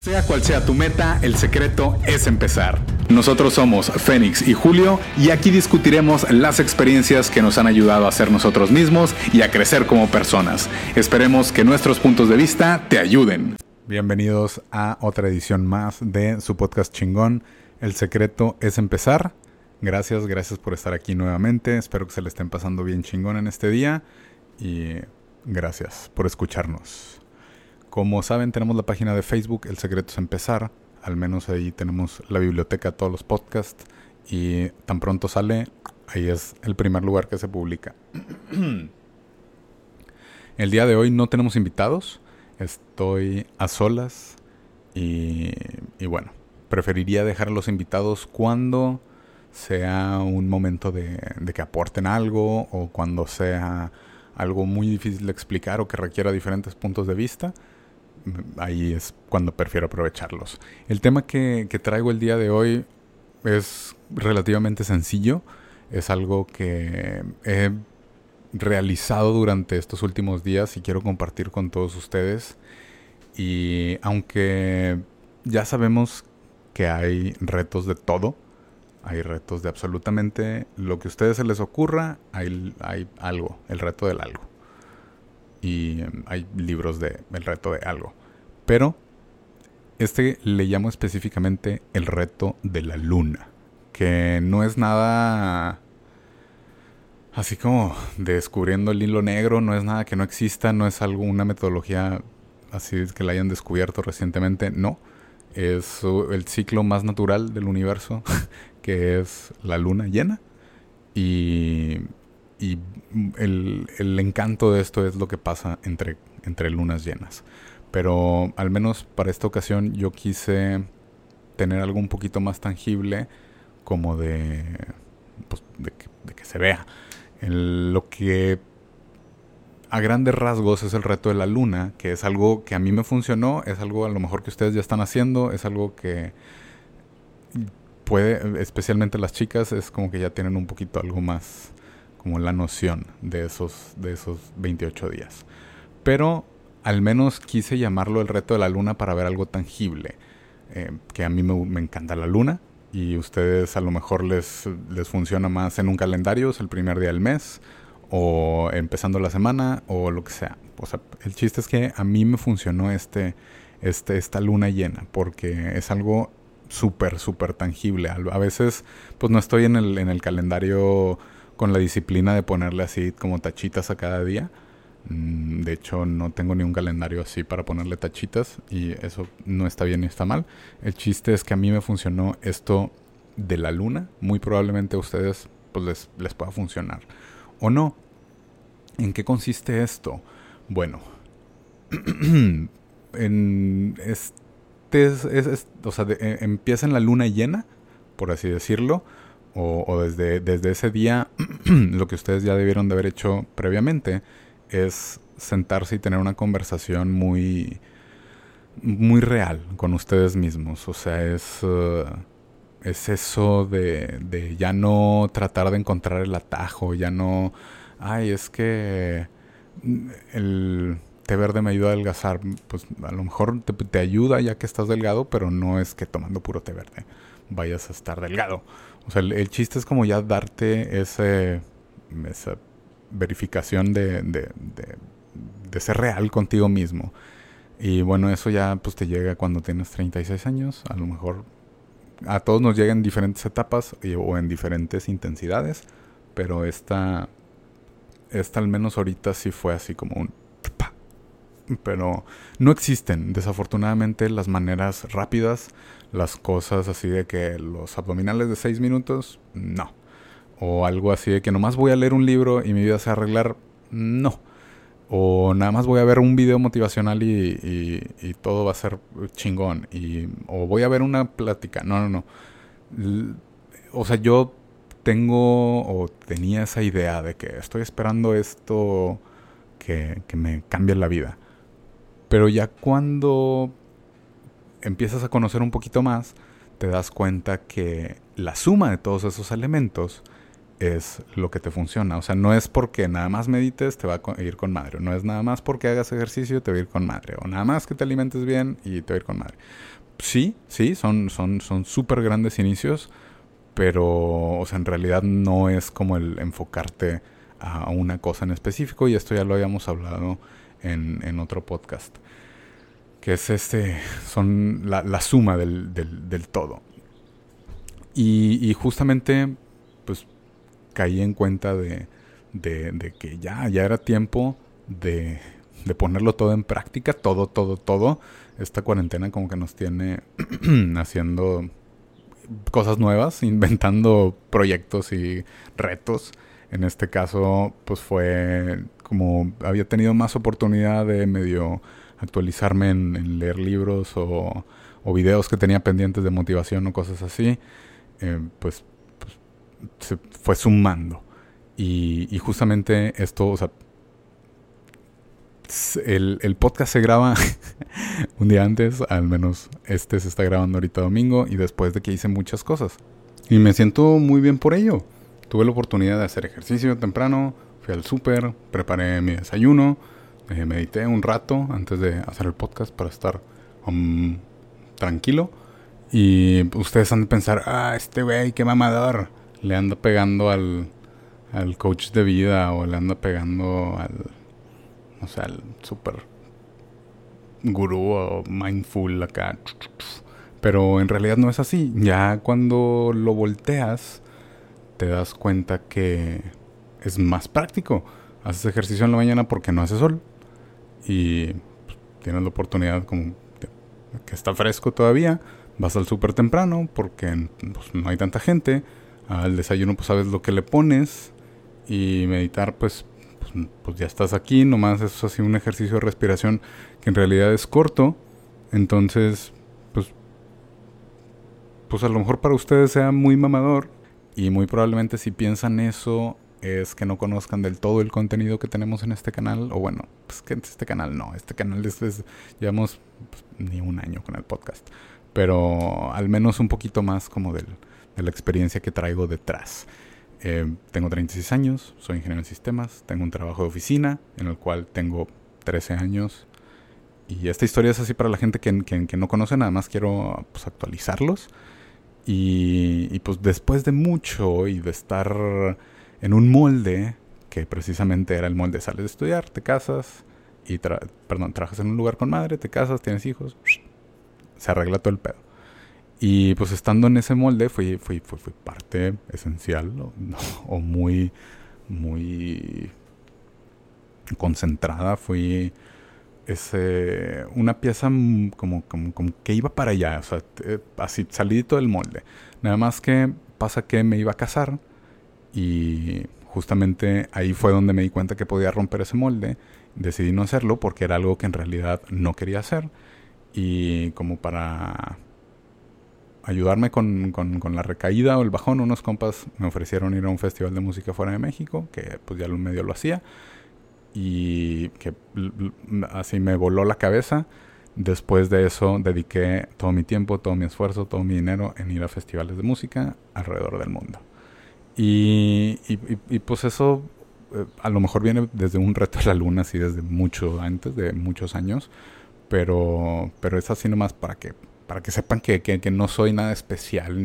Sea cual sea tu meta, el secreto es empezar. Nosotros somos Fénix y Julio y aquí discutiremos las experiencias que nos han ayudado a ser nosotros mismos y a crecer como personas. Esperemos que nuestros puntos de vista te ayuden. Bienvenidos a otra edición más de su podcast chingón, El secreto es empezar. Gracias por estar aquí nuevamente. Espero que se le estén pasando bien chingón en este día y gracias por escucharnos. Como saben, tenemos la página de Facebook, El Secreto es Empezar. Al menos ahí tenemos la biblioteca de todos los podcasts. Y tan pronto sale, ahí es el primer lugar que se publica. El día de hoy no tenemos invitados. Estoy a solas. Y bueno, preferiría dejar a los invitados cuando sea un momento de que aporten algo. O cuando sea algo muy difícil de explicar o que requiera diferentes puntos de vista. Ahí es cuando prefiero aprovecharlos. El tema que traigo el día de hoy es relativamente sencillo. Es algo que he realizado durante estos últimos días y quiero compartir con todos ustedes. Y aunque ya sabemos que hay retos de todo, hay retos de absolutamente lo que a ustedes se les ocurra, hay algo, el reto del algo. Y hay libros de el reto de algo. Pero le llamo específicamente el reto de la luna. Que no es nada así como descubriendo el hilo negro. No es nada que no exista. No es una metodología así que la hayan descubierto recientemente. No. Es el ciclo más natural del universo. Que es la luna llena. Y el encanto de esto es lo que pasa entre lunas llenas. Pero al menos para esta ocasión yo quise tener algo un poquito más tangible, como de que se vea. Lo que a grandes rasgos es el reto de la luna, que es algo que a mí me funcionó, es algo a lo mejor que ustedes ya están haciendo, es algo que puede, especialmente las chicas, es como que ya tienen un poquito algo más como la noción de esos 28 días. Pero al menos quise llamarlo el reto de la luna para ver algo tangible. Que a mí me encanta la luna y ustedes a lo mejor les funciona más en un calendario, es el primer día del mes o empezando la semana o lo que sea. O sea, el chiste es que a mí me funcionó esta luna llena porque es algo súper tangible. A veces pues no estoy en el calendario con la disciplina de ponerle así como tachitas a cada día. De hecho, no tengo ni un calendario así para ponerle tachitas y eso no está bien ni está mal. El chiste es que a mí me funcionó esto de la luna. Muy probablemente a ustedes pues les pueda funcionar. ¿O no? ¿En qué consiste esto? Bueno, empieza en la luna llena, por así decirlo. O desde ese día, lo que ustedes ya debieron de haber hecho previamente es sentarse y tener una conversación muy, muy real con ustedes mismos. O sea, es eso de ya no tratar de encontrar el atajo, ya no, es que el té verde me ayuda a adelgazar. Pues a lo mejor te ayuda ya que estás delgado, pero no es que tomando puro té verde vayas a estar delgado. O sea, el chiste es como ya darte esa verificación de ser real contigo mismo. Y bueno, eso ya pues te llega cuando tienes 36 años. A lo mejor a todos nos llega en diferentes etapas o en diferentes intensidades. Pero esta al menos ahorita sí fue así como un... Pero no existen, desafortunadamente, las maneras rápidas, las cosas así de que los abdominales de 6 minutos, no. O algo así de que nomás voy a leer un libro y mi vida se va a arreglar, no. O nada más voy a ver un video motivacional y todo va a ser chingón. O voy a ver una plática, no. O sea, yo tenía esa idea de que estoy esperando esto que me cambie la vida. Pero ya cuando empiezas a conocer un poquito más, te das cuenta que la suma de todos esos elementos es lo que te funciona. O sea, no es porque nada más medites te va a ir con madre. No es nada más porque hagas ejercicio te va a ir con madre. O nada más que te alimentes bien y te va a ir con madre. Sí, son súper grandes inicios, pero, o sea, en realidad no es como el enfocarte a una cosa en específico, y esto ya lo habíamos hablado en otro podcast, que es son la suma del todo. Y justamente, pues, caí en cuenta de que ya era tiempo de ponerlo todo en práctica, todo. Esta cuarentena como que nos tiene haciendo cosas nuevas, inventando proyectos y retos. En este caso, pues fue como había tenido más oportunidad de medio actualizarme en leer libros o videos que tenía pendientes de motivación o cosas así, pues se fue sumando. Y justamente esto, o sea, el podcast se graba un día antes, al menos se está grabando ahorita domingo, y después de que hice muchas cosas. Y me siento muy bien por ello. Tuve la oportunidad de hacer ejercicio temprano, fui al súper, preparé mi desayuno, medité un rato antes de hacer el podcast para estar tranquilo. Y ustedes han de pensar, este güey, qué mamador, le anda pegando al coach de vida, o le anda pegando al super gurú o mindful acá. Pero en realidad no es así. Ya cuando lo volteas, te das cuenta que es más práctico. Haces ejercicio en la mañana porque no hace sol, y tienes la oportunidad como que está fresco todavía. Vas al súper temprano porque pues, no hay tanta gente. Al desayuno pues sabes lo que le pones. Y meditar pues ya estás aquí. Nomás es así un ejercicio de respiración que en realidad es corto. Entonces pues a lo mejor para ustedes sea muy mamador, y muy probablemente si piensan eso es que no conozcan del todo el contenido que tenemos en este canal. O bueno, pues que este canal llevamos ni un año con el podcast, pero al menos un poquito más como de la experiencia que traigo detrás. Tengo 36 años, soy ingeniero en sistemas, tengo un trabajo de oficina en el cual tengo 13 años. Y esta historia es así para la gente que no conoce, nada más quiero pues actualizarlos. Y pues después de mucho y de estar en un molde, que precisamente era el molde, sales de estudiar, te casas, y trabajas en un lugar con madre, te casas, tienes hijos, se arregla todo el pedo. Y pues estando en ese molde fui parte esencial o muy, muy concentrada. Fui una pieza como que iba para allá, o sea, así salidito del molde. Nada más que pasa que me iba a casar, y justamente ahí fue donde me di cuenta que podía romper ese molde. Decidí no hacerlo porque era algo que en realidad no quería hacer, y como para ayudarme con la recaída o el bajón, unos compas me ofrecieron ir a un festival de música fuera de México, que pues ya medio lo hacía, y que así me voló la cabeza. Después de eso dediqué todo mi tiempo, todo mi esfuerzo, todo mi dinero en ir a festivales de música alrededor del mundo. Y pues eso a lo mejor viene desde un reto de la luna, así desde mucho antes, de muchos años, pero es así nomás para que sepan que no soy nada especial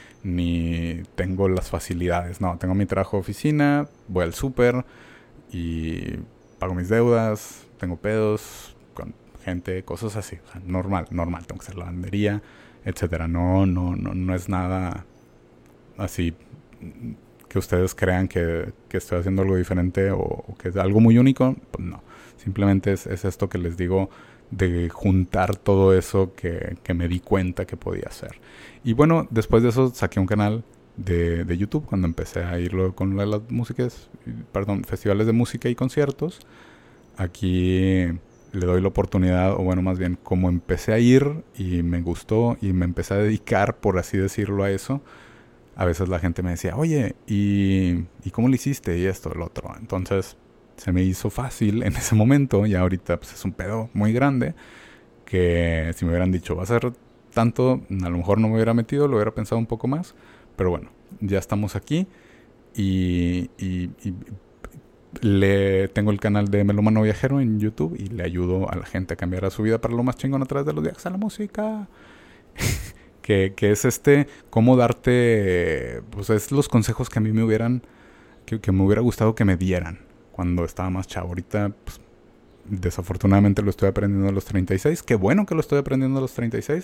ni tengo las facilidades. No, tengo mi trabajo de oficina, voy al súper y pago mis deudas, tengo pedos con gente, cosas así, o sea, normal, tengo que hacer lavandería, etcétera. No es nada así que ustedes crean que estoy haciendo algo diferente o que es algo muy único. Pues no, simplemente es esto que les digo, de juntar todo eso que me di cuenta que podía hacer. Y bueno, después de eso saqué un canal de YouTube cuando empecé a irlo con las festivales de música y conciertos. Aquí le doy la oportunidad, o bueno, más bien como empecé a ir y me gustó y me empecé a dedicar, por así decirlo, a eso. A veces la gente me decía, oye, ¿y cómo lo hiciste? Y esto, el otro. Entonces se me hizo fácil en ese momento, y ahorita pues es un pedo muy grande, que si me hubieran dicho va a ser tanto, a lo mejor no me hubiera metido, lo hubiera pensado un poco más. Pero bueno, ya estamos aquí. y tengo el canal de Melómano Viajero en YouTube y le ayudo a la gente a cambiar a su vida para lo más chingón a través de los viajes a la música. que es cómo darte, pues es los consejos que a mí me hubieran, que me hubiera gustado que me dieran cuando estaba más chavo. Ahorita, pues, desafortunadamente lo estoy aprendiendo a los 36. Qué bueno que lo estoy aprendiendo a los 36.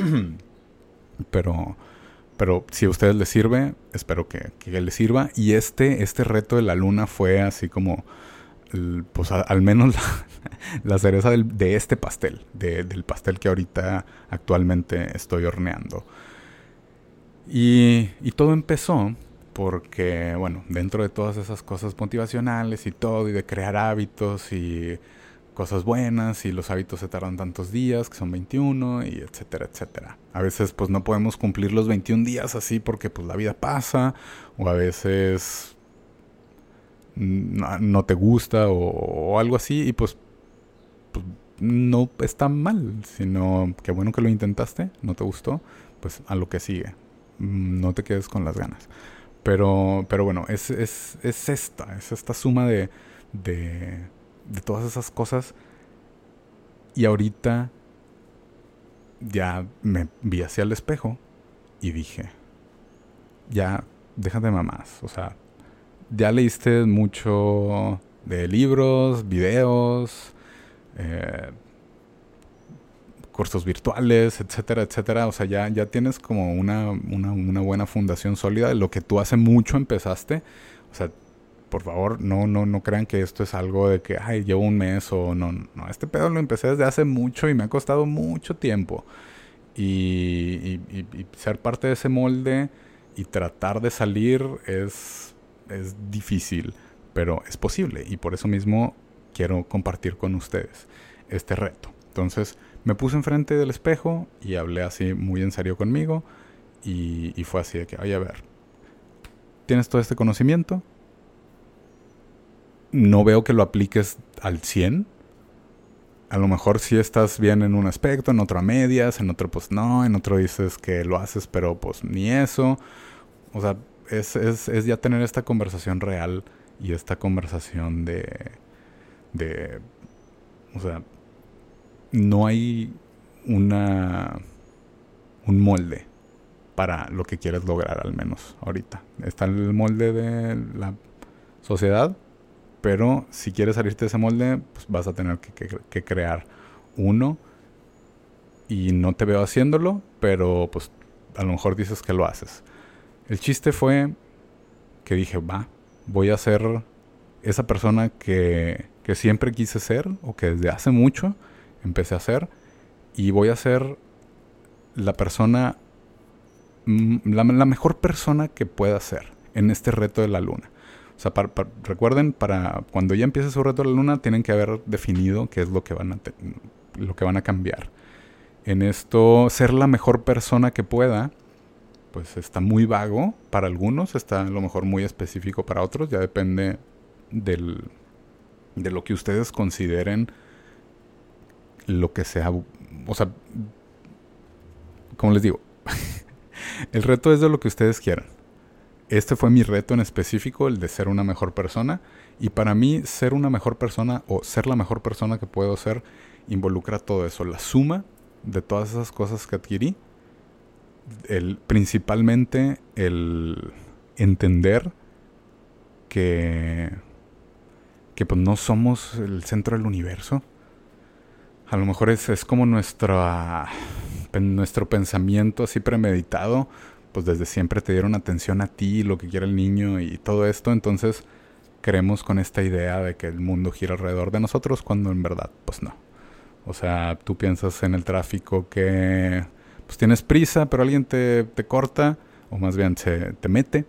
Pero si a ustedes les sirve, espero que les sirva. Y este reto de la luna fue así como, pues al menos la cereza de este pastel, del pastel que ahorita actualmente estoy horneando. Y todo empezó porque, bueno, dentro de todas esas cosas motivacionales y todo, y de crear hábitos y cosas buenas, y los hábitos se tardan tantos días, que son 21, y etcétera, etcétera. A veces pues no podemos cumplir los 21 días así porque pues la vida pasa, o a veces no te gusta o algo así, y pues no está mal, sino que bueno que lo intentaste, no te gustó, pues a lo que sigue. No te quedes con las ganas. Pero bueno, es esta suma de todas esas cosas. Y ahorita ya me vi hacia el espejo y dije, ya, déjate mamás. O sea, ya leíste mucho de libros, videos, cursos virtuales, etcétera, etcétera. O sea, ya tienes como una buena fundación sólida de lo que tú hace mucho empezaste. O sea, por favor, no crean que esto es algo de que, ay, llevo un mes o no. Este pedo lo empecé desde hace mucho y me ha costado mucho tiempo. Y ser parte de ese molde y tratar de salir es difícil, pero es posible. Y por eso mismo quiero compartir con ustedes este reto. Entonces me puse enfrente del espejo y hablé así muy en serio conmigo. Y fue así de que, oye, a ver, tienes todo este conocimiento, no veo que lo apliques al 100. A lo mejor sí estás bien en un aspecto, en otro a medias, en otro pues no, en otro dices que lo haces pero pues ni eso. O sea, es ya tener esta conversación real y esta conversación o sea, no hay un molde para lo que quieres lograr, al menos ahorita. Está el molde de la sociedad, pero si quieres salirte de ese molde, pues vas a tener que crear uno. Y no te veo haciéndolo, pero pues a lo mejor dices que lo haces. El chiste fue que dije, voy a ser esa persona que siempre quise ser, o que desde hace mucho empecé a ser, y voy a ser la persona, la mejor persona que pueda ser en este reto de la luna. O sea, recuerden, para cuando ya empiece su reto de la luna, tienen que haber definido qué es lo que van a cambiar. En esto, ser la mejor persona que pueda, pues está muy vago para algunos, está a lo mejor muy específico para otros, ya depende de lo que ustedes consideren lo que sea. O sea, como les digo, el reto es de lo que ustedes quieran. Este fue mi reto en específico, el de ser una mejor persona. Y para mí, ser una mejor persona o ser la mejor persona que puedo ser involucra todo eso. La suma de todas esas cosas que adquirí. Principalmente el entender que pues no somos el centro del universo. A lo mejor es como nuestro pensamiento así premeditado. Pues desde siempre te dieron atención a ti, lo que quiere el niño y todo esto. Entonces creemos con esta idea de que el mundo gira alrededor de nosotros, cuando en verdad pues no. O sea, tú piensas en el tráfico que pues tienes prisa, pero alguien te corta, o más bien se te mete,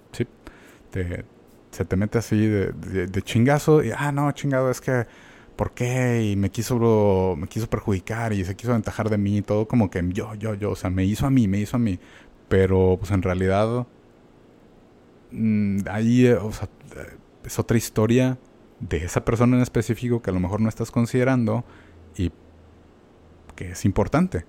se te mete así de chingazo, y no, chingado, es que ¿por qué? Y me quiso perjudicar y se quiso aventajar de mí, y todo como que yo, o sea, me hizo a mí. Pero pues en realidad ahí, o sea, es otra historia de esa persona en específico que a lo mejor no estás considerando y que es importante.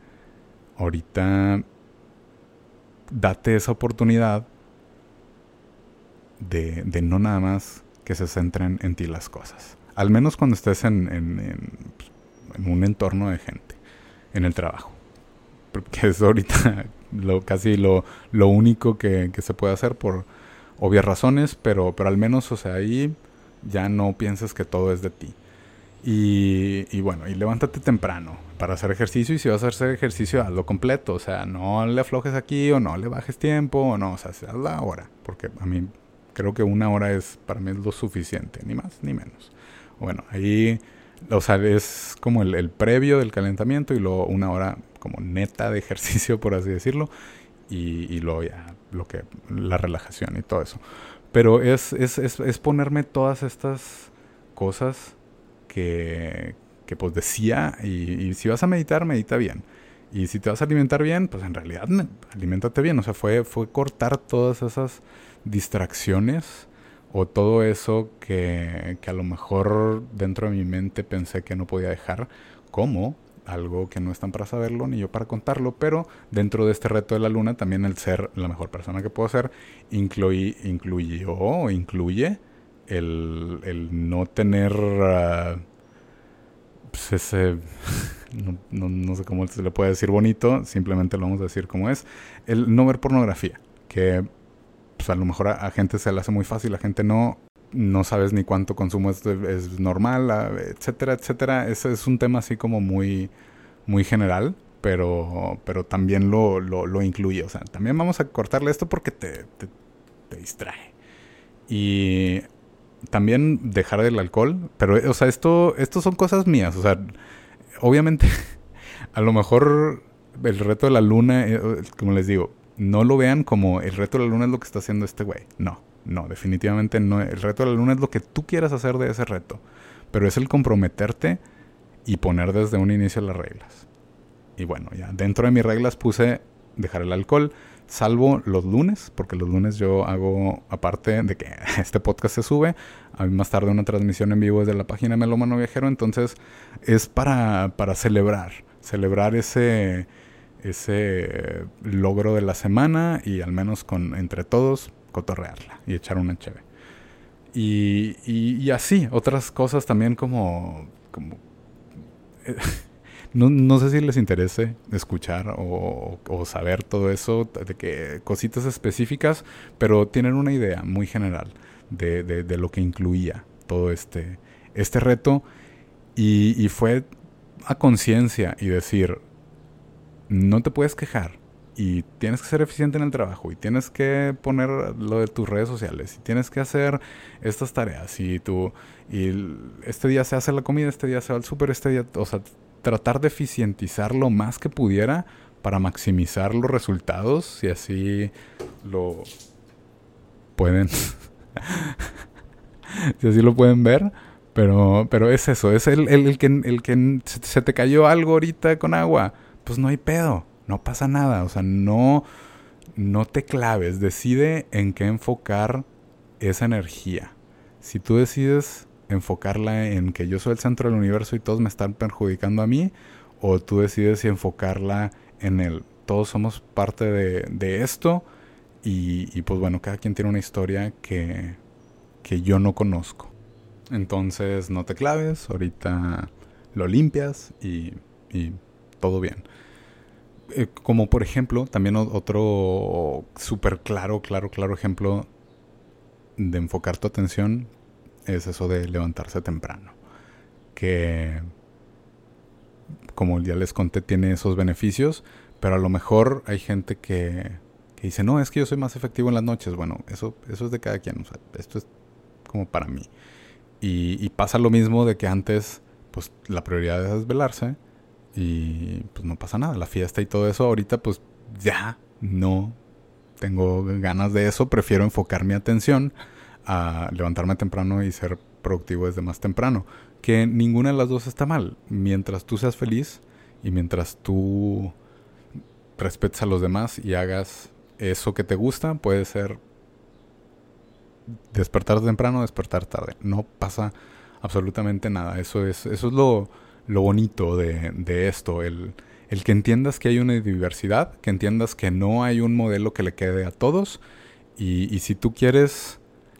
Ahorita date esa oportunidad de no nada más que se centren en ti las cosas. Al menos cuando estés en un entorno de gente, en el trabajo. Porque es ahorita casi lo único que se puede hacer por obvias razones, pero al menos, o sea, ahí ya no pienses que todo es de ti. Y bueno, y levántate temprano para hacer ejercicio, y si vas a hacer ejercicio, hazlo completo. O sea, no le aflojes aquí o no le bajes tiempo, o no, o sea, haz la hora. Porque a mí creo que 1 hora para mí es lo suficiente, ni más ni menos. Bueno, ahí, o sea, es como el previo del calentamiento y luego 1 hora como neta de ejercicio, por así decirlo, y luego ya la relajación y todo eso. Pero es ponerme todas estas cosas que pues decía, y si vas a meditar, medita bien. Y si te vas a alimentar bien, pues en realidad aliméntate bien. O sea, fue cortar todas esas distracciones o todo eso que a lo mejor dentro de mi mente pensé que no podía dejar, como algo que no están para saberlo ni yo para contarlo, pero dentro de este reto de la luna también el ser la mejor persona que puedo ser incluye el no tener pues ese no sé cómo se le puede decir bonito, simplemente lo vamos a decir como es, el no ver pornografía, que pues a lo mejor a gente se le hace muy fácil, a gente no sabes ni cuánto consumo es normal, etcétera, etcétera. Ese es un tema así como muy, muy general, pero también lo incluye. O sea, también vamos a cortarle esto porque te distrae. Y también dejar el alcohol, pero, o sea, esto son cosas mías. O sea, obviamente, a lo mejor el reto de la luna, como les digo, no lo vean como el reto de la luna es lo que está haciendo este güey. No, definitivamente no. El reto de la luna es lo que tú quieras hacer de ese reto. Pero es el comprometerte y poner desde un inicio las reglas. Y bueno, ya dentro de mis reglas puse dejar el alcohol, salvo los lunes, porque los lunes yo hago, aparte de que este podcast se sube, hay más tarde una transmisión en vivo desde la página Melómano Viajero, entonces es para celebrar ese logro de la semana y al menos entre todos cotorrearla y echar una cheve. Y así, otras cosas también como no sé si les interese escuchar o saber todo eso, de que cositas específicas, pero tienen una idea muy general de lo que incluía todo este reto. Y fue a conciencia y decir, no te puedes quejar y tienes que ser eficiente en el trabajo y tienes que poner lo de tus redes sociales y tienes que hacer estas tareas y este día se hace la comida, este día se va al súper, este día, o sea, tratar de eficientizar lo más que pudiera para maximizar los resultados, si así lo pueden si así lo pueden ver. Pero es eso, es el que se te cayó algo ahorita con agua, pues no hay pedo, no pasa nada. O sea, no te claves, decide en qué enfocar esa energía. Si tú decides enfocarla en que yo soy el centro del universo y todos me están perjudicando a mí, o tú decides enfocarla en todos somos parte de esto, y pues bueno, cada quien tiene una historia que yo no conozco. Entonces no te claves, ahorita lo limpias y todo bien. Como por ejemplo, también otro súper claro ejemplo de enfocar tu atención es eso de levantarse temprano. Que, como ya les conté, tiene esos beneficios, pero a lo mejor hay gente que dice, no, es que yo soy más efectivo en las noches. Bueno, eso es de cada quien, o sea, esto es como para mí. Y pasa lo mismo de que antes, pues la prioridad es desvelarse y pues no pasa nada, la fiesta y todo eso. Ahorita pues ya no tengo ganas de eso, prefiero enfocar mi atención a levantarme temprano y ser productivo desde más temprano. Que ninguna de las dos está mal, mientras tú seas feliz y mientras tú respetes a los demás y hagas eso que te gusta. Puede ser despertar temprano, despertar tarde. No pasa absolutamente nada. Eso es lo bonito de esto. El que entiendas que hay una diversidad, que entiendas que no hay un modelo que le quede a todos. Y si tú quieres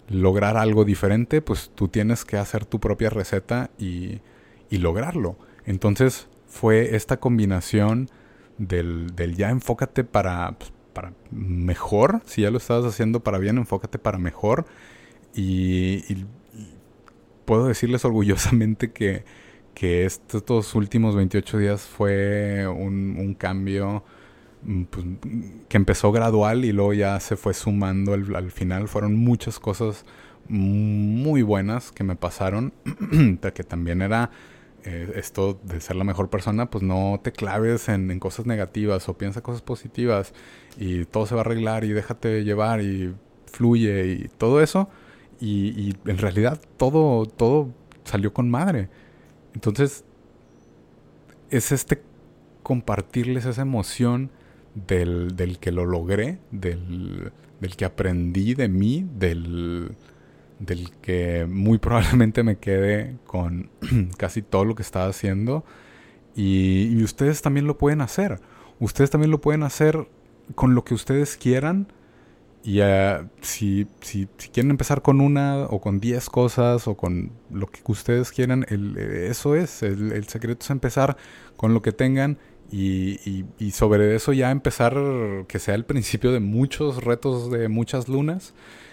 lograr algo diferente, pues tú tienes que hacer tu propia receta y lograrlo. Entonces fue esta combinación del ya enfócate para mejor, si ya lo estabas haciendo para bien, enfócate para mejor. Y puedo decirles orgullosamente que estos últimos 28 días fue un cambio pues, que empezó gradual y luego ya se fue sumando al final. Fueron muchas cosas muy buenas que me pasaron, que también era esto de ser la mejor persona, pues no te claves en cosas negativas o piensa cosas positivas y todo se va a arreglar y déjate llevar y fluye y todo eso. Y en realidad todo salió con madre. Entonces es compartirles esa emoción del que lo logré, del que aprendí de mí, del que muy probablemente me quede con casi todo lo que estaba haciendo. Y ustedes también lo pueden hacer. Ustedes también lo pueden hacer con lo que ustedes quieran. Y si quieren empezar con una o con 10 cosas o con lo que ustedes quieran, eso es. El secreto es empezar con lo que tengan y sobre eso ya empezar que sea el principio de muchos retos, de muchas lunas,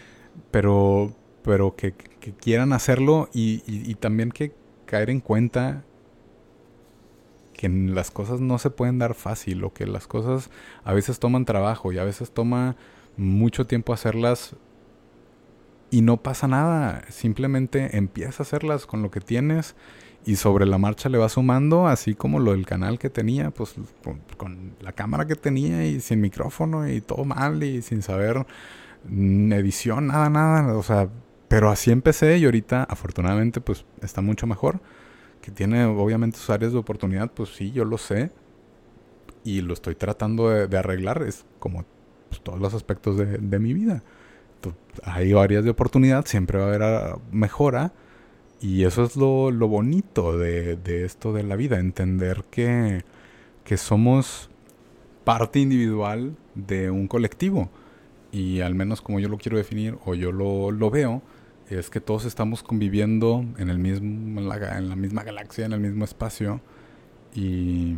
pero que quieran hacerlo y también que caer en cuenta que las cosas no se pueden dar fácil o que las cosas a veces toman trabajo y a veces toma mucho tiempo hacerlas y no pasa nada. Simplemente empieza a hacerlas con lo que tienes y sobre la marcha le vas sumando, así como lo del canal que tenía, pues con la cámara que tenía y sin micrófono y todo mal y sin saber edición, nada, o sea, pero así empecé y ahorita afortunadamente pues está mucho mejor. Que tiene obviamente sus áreas de oportunidad, pues sí, yo lo sé y lo estoy tratando de arreglar, es como pues, todos los aspectos de mi vida. Entonces, hay áreas de oportunidad, siempre va a haber mejora y eso es lo bonito de esto de la vida, entender que somos parte individual de un colectivo y al menos como yo lo quiero definir o yo lo veo, es que todos estamos conviviendo en el mismo en la misma galaxia, en el mismo espacio y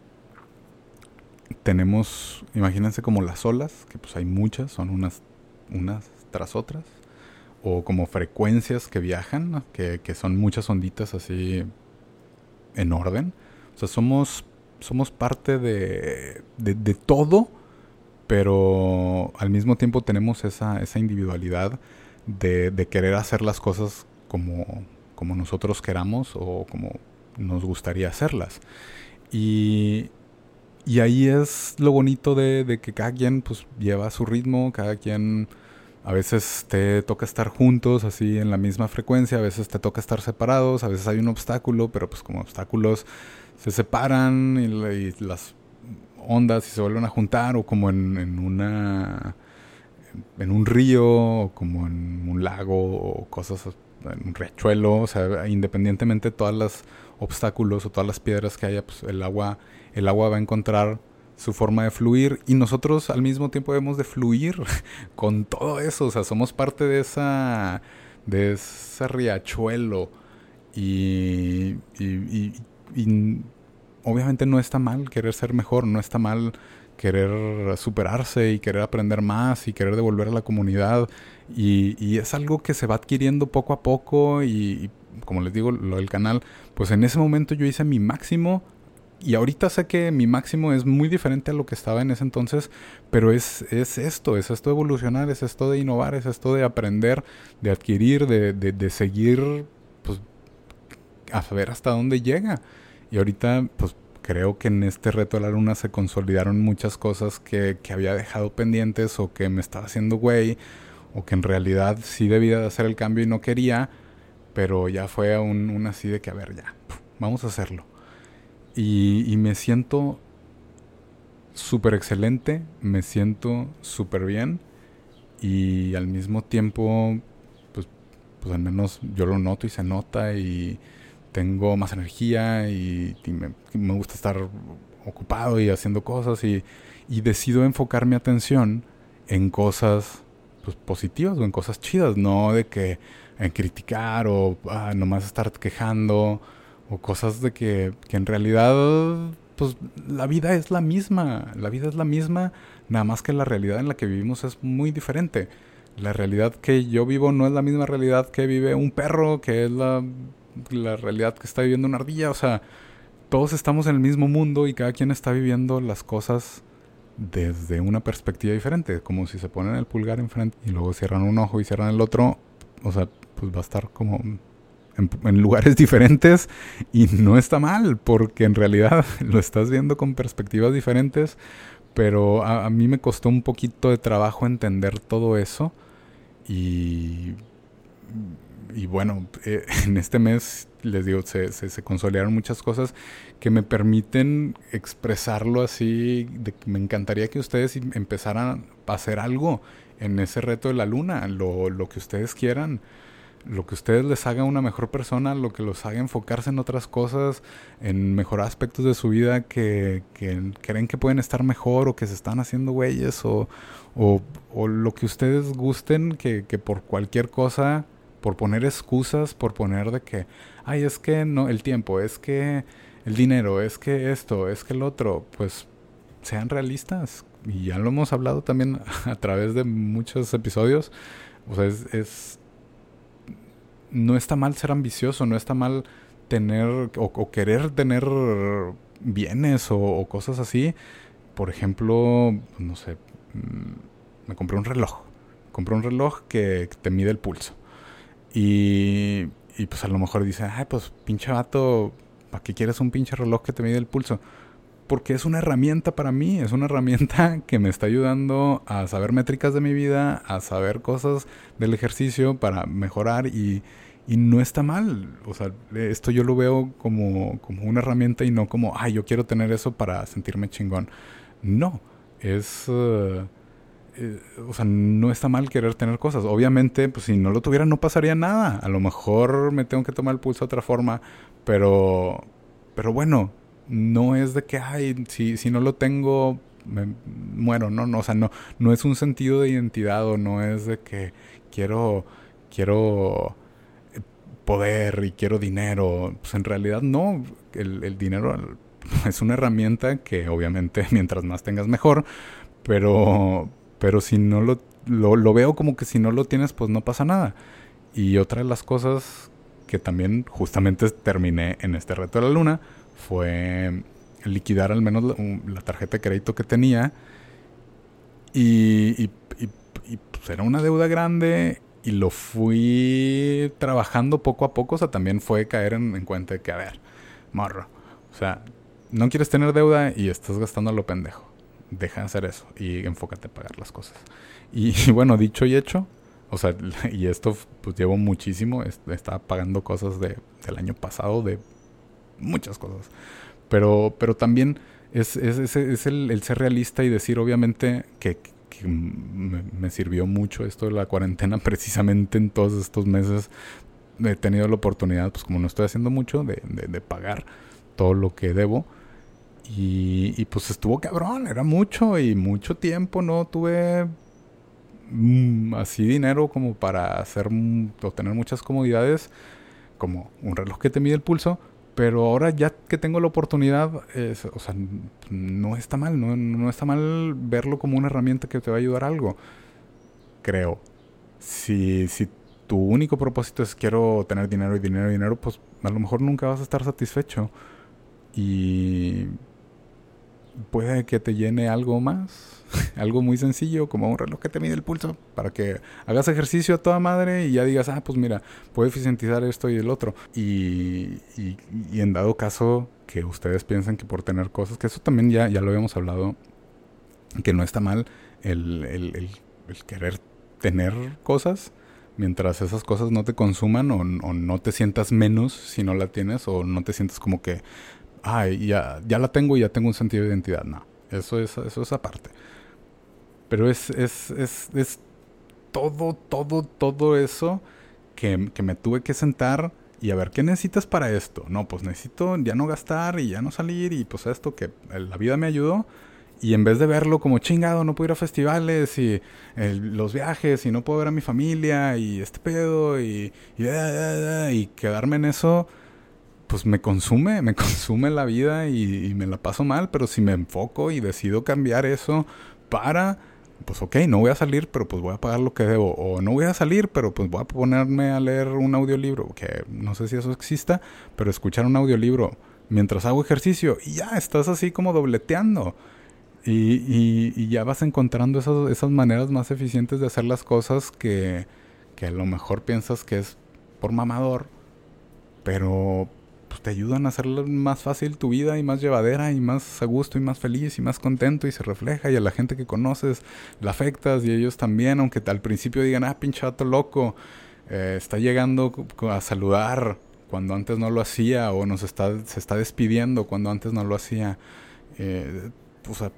tenemos, imagínense como las olas, que pues hay muchas, son unas tras otras, o como frecuencias que viajan, ¿no? Que son muchas onditas así en orden. O sea, somos parte de todo, pero al mismo tiempo tenemos esa individualidad de querer hacer las cosas como nosotros queramos o como nos gustaría hacerlas. Y, y ahí es lo bonito de que cada quien pues lleva su ritmo, cada quien a veces te toca estar juntos así en la misma frecuencia, a veces te toca estar separados, a veces hay un obstáculo, pero pues como obstáculos se separan y las ondas y se vuelven a juntar o como en un río o como en un lago o cosas en un riachuelo, o sea, independientemente de todas las obstáculos o todas las piedras que haya, pues el agua va a encontrar su forma de fluir y nosotros al mismo tiempo debemos de fluir con todo eso, o sea, somos parte de ese riachuelo y obviamente no está mal querer ser mejor, no está mal querer superarse y querer aprender más y querer devolver a la comunidad y es algo que se va adquiriendo poco a poco y como les digo, lo del canal, pues en ese momento yo hice mi máximo y ahorita sé que mi máximo es muy diferente a lo que estaba en ese entonces, pero es esto de evolucionar, es esto de innovar, es esto de aprender, de adquirir, de seguir, pues a saber hasta dónde llega. Y ahorita, pues creo que en este reto de la luna se consolidaron muchas cosas que había dejado pendientes o que me estaba haciendo güey, o que en realidad sí debía de hacer el cambio y no quería, pero ya fue un así de que, a ver, ya, vamos a hacerlo. Y me siento súper excelente, me siento súper bien y al mismo tiempo, pues al menos yo lo noto y se nota y tengo más energía y me gusta estar ocupado y haciendo cosas y decido enfocar mi atención en cosas pues, positivas o en cosas chidas, no de que en criticar o nomás estar quejando o cosas de que en realidad pues la vida es la misma, nada más que la realidad en la que vivimos es muy diferente. La realidad que yo vivo no es la misma realidad que vive un perro, que es la realidad que está viviendo una ardilla. O sea, todos estamos en el mismo mundo y cada quien está viviendo las cosas desde una perspectiva diferente. Como si se ponen el pulgar enfrente y luego cierran un ojo y cierran el otro. O sea, pues va a estar como en lugares diferentes y no está mal, porque en realidad lo estás viendo con perspectivas diferentes. Pero a mí me costó un poquito de trabajo entender todo eso. Y, y bueno, en este mes, les digo, se consolidaron muchas cosas que me permiten expresarlo así. Me encantaría que ustedes empezaran a hacer algo en ese reto de la luna, lo que ustedes quieran, lo que ustedes les haga una mejor persona, lo que los haga enfocarse en otras cosas, en mejorar aspectos de su vida que creen que pueden estar mejor o que se están haciendo güeyes o lo que ustedes gusten, que por cualquier cosa, por poner excusas, por poner de que, ay, es que no, el tiempo, es que el dinero, es que esto, es que el otro, pues sean realistas. Y ya lo hemos hablado también a través de muchos episodios. O sea, no está mal ser ambicioso, no está mal tener o querer tener bienes o cosas así. Por ejemplo, no sé, me compré un reloj. Compré un reloj que te mide el pulso. Y pues a lo mejor dice, ay, pues pinche vato, ¿para qué quieres un pinche reloj que te mide el pulso? Porque es una herramienta para mí, es una herramienta que me está ayudando a saber métricas de mi vida, a saber cosas del ejercicio para mejorar y no está mal. O sea, esto yo lo veo como una herramienta y no como, ay, yo quiero tener eso para sentirme chingón. No, es... o sea, no está mal querer tener cosas. Obviamente, pues si no lo tuviera no pasaría nada. A lo mejor me tengo que tomar el pulso de otra forma, pero bueno, no es de que, ay, si no lo tengo, me muero. No, o sea, no es un sentido de identidad o no es de que quiero poder y quiero dinero. Pues en realidad no, el dinero es una herramienta que obviamente mientras más tengas mejor, pero si no lo veo como que si no lo tienes, pues no pasa nada. Y otra de las cosas que también justamente terminé en este reto de la luna fue liquidar al menos la tarjeta de crédito que tenía. Y pues era una deuda grande y lo fui trabajando poco a poco. O sea, también fue caer en cuenta de que, a ver, morro, o sea, no quieres tener deuda y estás gastando a lo pendejo. Deja de hacer eso y enfócate a pagar las cosas. Y bueno, dicho y hecho, o sea, y esto pues llevo muchísimo, estaba pagando cosas del año pasado, de muchas cosas. Pero también es el ser realista y decir obviamente que me sirvió mucho esto de la cuarentena precisamente en todos estos meses. He tenido la oportunidad, pues como no estoy haciendo mucho, de pagar todo lo que debo. Y pues estuvo cabrón, era mucho y mucho tiempo, no tuve así dinero como para hacer o tener muchas comodidades, como un reloj que te mide el pulso, pero ahora ya que tengo la oportunidad, o sea, no está mal, no está mal verlo como una herramienta que te va a ayudar a algo, creo. Si tu único propósito es quiero tener dinero y dinero y dinero, pues a lo mejor nunca vas a estar satisfecho. Y puede que te llene algo más, algo muy sencillo como un reloj que te mide el pulso para que hagas ejercicio a toda madre y ya digas, pues mira, puedo eficientizar esto y el otro. Y en dado caso que ustedes piensen que por tener cosas, que eso también ya lo habíamos hablado, que no está mal el querer tener cosas mientras esas cosas no te consuman o no te sientas menos si no la tienes o no te sientas como que ya la tengo y ya tengo un sentido de identidad. No, eso es aparte. Pero es todo eso que me tuve que sentar y a ver, ¿qué necesitas para esto? No, pues necesito ya no gastar y ya no salir y pues esto que la vida me ayudó Y en vez de verlo como chingado, no puedo ir a festivales y los viajes y no puedo ver a mi familia y este pedo y quedarme en eso, pues me consume la vida y me la paso mal. Pero si me enfoco y decido cambiar eso para, pues ok, no voy a salir, pero pues voy a pagar lo que debo. O no voy a salir, pero pues voy a ponerme a leer un audiolibro, que no sé si eso exista, pero escuchar un audiolibro mientras hago ejercicio y ya estás así como dobleteando. Y ya vas encontrando esas maneras más eficientes de hacer las cosas que a lo mejor piensas que es por mamador, pero pues te ayudan a hacer más fácil tu vida y más llevadera y más a gusto y más feliz y más contento, y se refleja, y a la gente que conoces la afectas y ellos también, aunque al principio digan, pinche vato loco, está llegando a saludar cuando antes no lo hacía, o se está despidiendo cuando antes no lo hacía. O sea,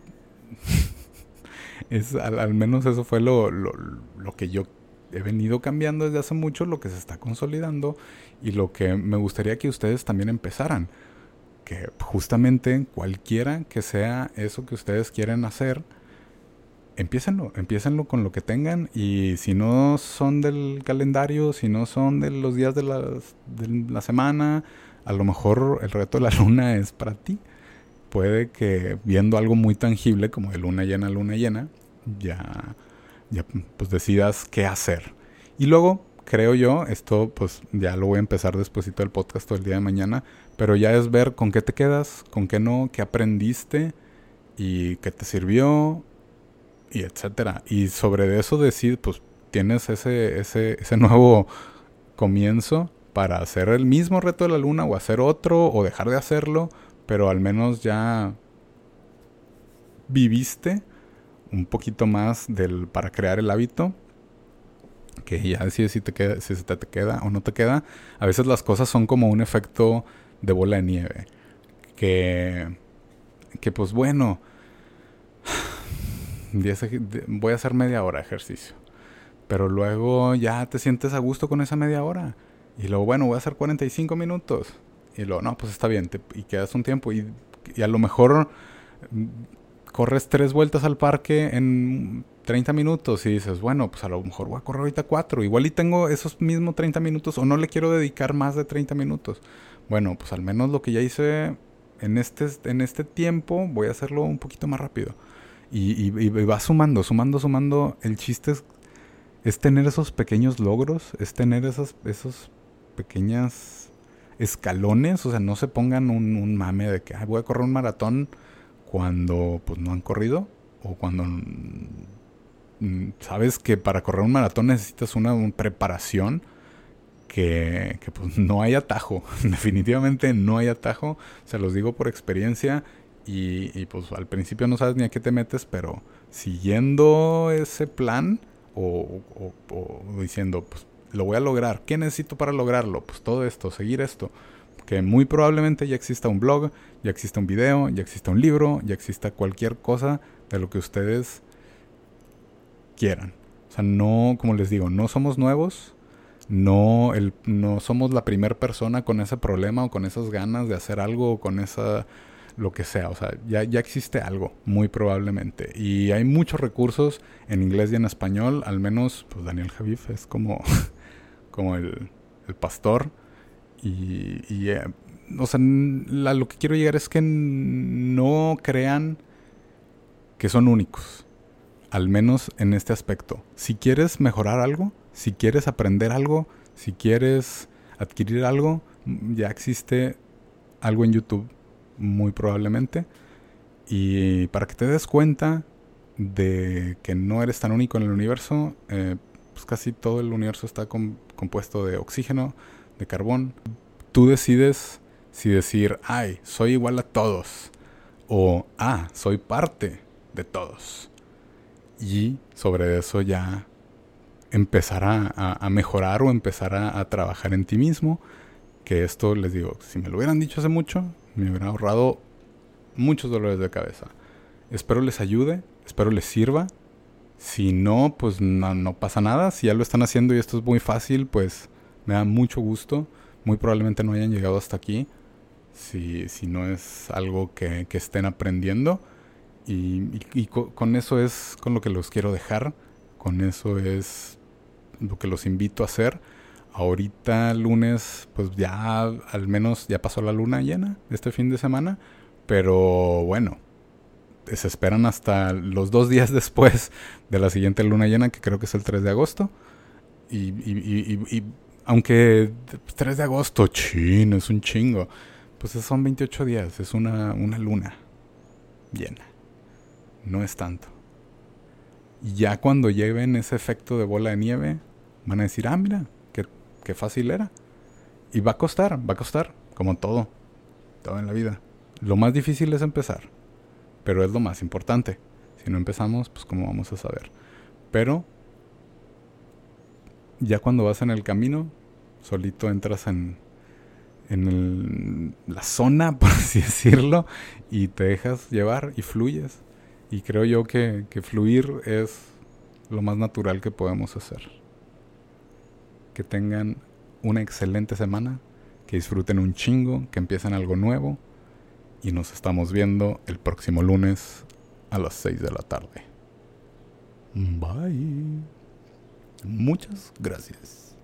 al menos eso fue lo que yo he venido cambiando desde hace mucho, lo que se está consolidando y lo que me gustaría que ustedes también empezaran. Que justamente cualquiera que sea eso que ustedes quieren hacer, empiécenlo con lo que tengan. Y si no son del calendario, si no son de los días de la semana, a lo mejor el reto de la luna es para ti. Puede que viendo algo muy tangible como de luna llena, ya pues decidas qué hacer. Y luego, creo yo, esto pues ya lo voy a empezar despuesito del podcast o el día de mañana, pero ya es ver con qué te quedas, con qué no, qué aprendiste y qué te sirvió, y etcétera. Y sobre eso decir, pues tienes ese nuevo comienzo para hacer el mismo reto de la luna, o hacer otro, o dejar de hacerlo, pero al menos ya viviste un poquito más para crear el hábito, que ya decides si se te queda o no te queda. A veces las cosas son como un efecto de bola de nieve, que pues bueno, voy a hacer media hora de ejercicio, pero luego ya te sientes a gusto con esa media hora, y luego bueno, voy a hacer 45 minutos, y luego no, pues está bien, y quedas un tiempo, y a lo mejor corres 3 vueltas al parque en 30 minutos y dices, bueno, pues a lo mejor voy a correr ahorita 4. Igual y tengo esos mismos 30 minutos, o no le quiero dedicar más de 30 minutos. Bueno, pues al menos lo que ya hice en este tiempo, voy a hacerlo un poquito más rápido. Y va sumando. El chiste es tener esos pequeños logros, es tener esos pequeñas escalones. O sea, no se pongan un mame de que voy a correr un maratón cuando pues no han corrido, o cuando sabes que para correr un maratón necesitas una preparación que pues no hay atajo. Definitivamente no hay atajo, se los digo por experiencia. Y pues al principio no sabes ni a qué te metes, pero siguiendo ese plan, o diciendo, pues lo voy a lograr, ¿qué necesito para lograrlo? Pues todo esto, seguir esto, que muy probablemente ya exista un blog, ya exista un video, ya exista un libro, ya exista cualquier cosa de lo que ustedes quieran. O sea, no, como les digo, no somos nuevos, no somos la primera persona con ese problema o con esas ganas de hacer algo, o con esa, lo que sea. O sea, ya existe algo, muy probablemente. Y hay muchos recursos en inglés y en español. Al menos, pues Daniel Javif es como el pastor. O sea, lo que quiero llegar es que no crean que son únicos, al menos en este aspecto. Si quieres mejorar algo, si quieres aprender algo, si quieres adquirir algo, ya existe algo en YouTube, muy probablemente. Y para que te des cuenta de que no eres tan único en el universo, pues casi todo el universo está compuesto de oxígeno, de carbón. Tú decides si decir, soy igual a todos, o soy parte de todos. Y sobre eso ya empezar a mejorar, o empezar a trabajar en ti mismo. Que esto, les digo, si me lo hubieran dicho hace mucho, me hubiera ahorrado muchos dolores de cabeza. Espero les ayude, espero les sirva. Si no, pues no pasa nada. Si ya lo están haciendo y esto es muy fácil, pues me da mucho gusto. Muy probablemente no hayan llegado hasta aquí si no es algo que estén aprendiendo. Con eso es con lo que los quiero dejar. Con eso es lo que los invito a hacer. Ahorita lunes, pues ya al menos ya pasó la luna llena este fin de semana. Pero bueno, se esperan hasta los 2 días después de la siguiente luna llena, que creo que es el 3 de agosto. Y aunque 3 de agosto, chin, es un chingo. Pues son 28 días, es una luna llena. No es tanto. Y ya cuando lleven ese efecto de bola de nieve, van a decir, mira, qué fácil era. Y va a costar, como todo en la vida. Lo más difícil es empezar, pero es lo más importante. Si no empezamos, pues cómo vamos a saber. Pero ya cuando vas en el camino, solito entras en la zona, por así decirlo, y te dejas llevar y fluyes. Y creo yo que fluir es lo más natural que podemos hacer. Que tengan una excelente semana, que disfruten un chingo, que empiecen algo nuevo, y nos estamos viendo el próximo lunes a las 6 de la tarde. Bye. Muchas gracias.